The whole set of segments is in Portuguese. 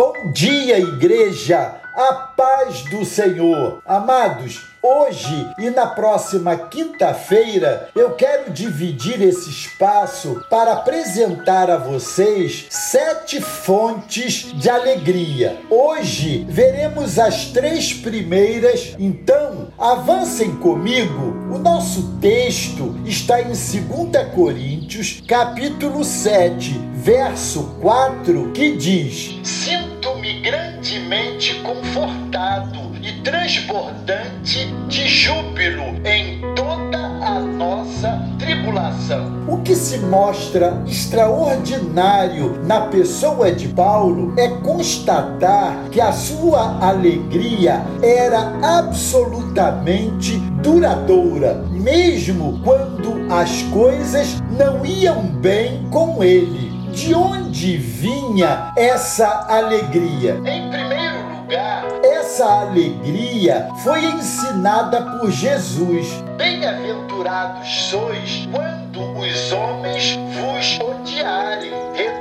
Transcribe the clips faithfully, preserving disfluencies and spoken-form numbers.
Bom dia, igreja! A paz do Senhor! Amados, hoje e na próxima quinta-feira eu quero dividir esse espaço para apresentar a vocês sete fontes de alegria. Hoje veremos as três primeiras, então avancem comigo. O nosso texto está em segunda Coríntios, capítulo sete, verso quatro, que diz: Sinto-me grandemente confortado e transbordante de júbilo em toda a nossa tribulação. O que se mostra extraordinário na pessoa de Paulo é constatar que a sua alegria era absolutamente duradoura, mesmo quando as coisas não iam bem com ele. De onde vinha essa alegria? Em primeiro lugar, essa alegria foi ensinada por Jesus. Bem-aventurados sois quando os homens vos odiarem.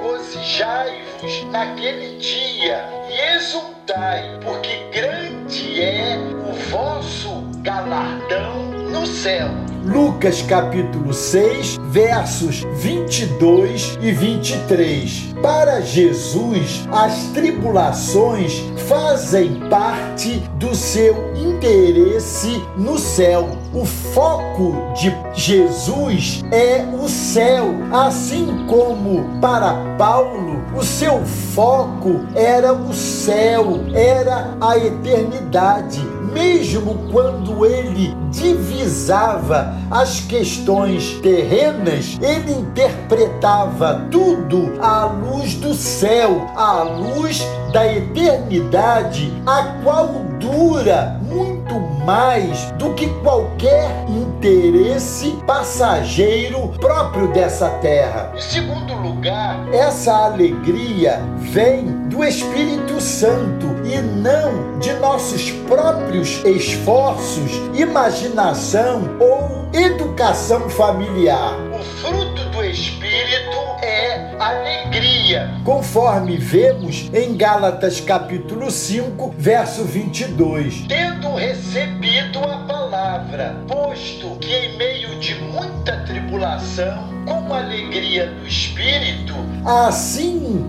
Regozijai-vos naquele dia e exultai, porque grande é o vosso galardão no céu. Lucas capítulo seis, versos vinte e dois e vinte e três. Para Jesus, as tribulações fazem parte do seu interesse no céu. O foco de Jesus é o céu, assim como para Paulo, o seu foco era o céu, era a eternidade. Mesmo quando ele divisava as questões terrenas, ele interpretava tudo à luz do céu, à luz da eternidade, a qual dura muito mais do que qualquer interesse passageiro próprio dessa terra. Em segundo lugar, essa alegria vem do Espírito Santo e não de nossos próprios esforços, imaginação ou educação familiar. O fruto do Espírito é alegria, conforme vemos em Gálatas capítulo cinco, verso vinte e dois. Tendo recebido a palavra, posto que em meio de muita tribulação, com alegria do Espírito, assim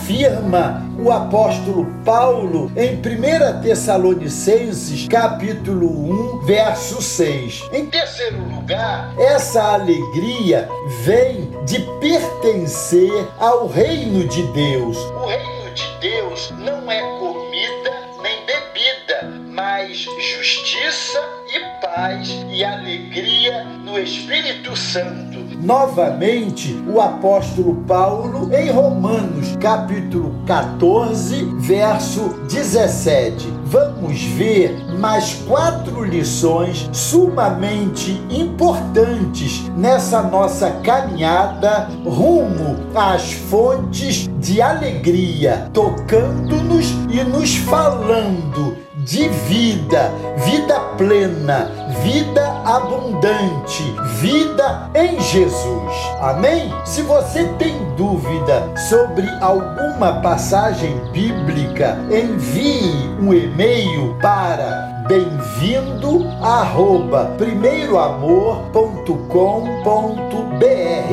afirma o apóstolo Paulo em primeira Tessalonicenses capítulo um, verso seis. Em terceiro lugar, essa alegria vem de pertencer ao reino de Deus. O reino de Deus não é comida nem bebida, mas justiça e paz e alegria no Espírito Santo. Novamente, o apóstolo Paulo em Romanos capítulo quatorze, verso dezessete. Vamos ver mais quatro lições sumamente importantes nessa nossa caminhada rumo às fontes de alegria, tocando-nos e nos falando de vida, vida plena, vida abundante, vida em Jesus. Amém? Se você tem dúvida sobre alguma passagem bíblica, envie um e-mail para bem-vindo arroba primeiro amor ponto com ponto br.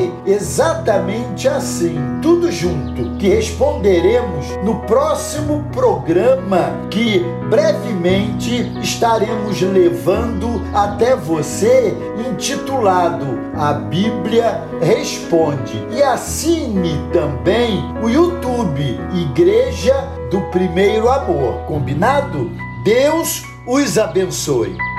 Exatamente assim, tudo junto, que responderemos no próximo programa que brevemente estaremos levando até você, intitulado A Bíblia Responde. E assine também o YouTube Igreja do Primeiro Amor. Combinado? Deus os abençoe.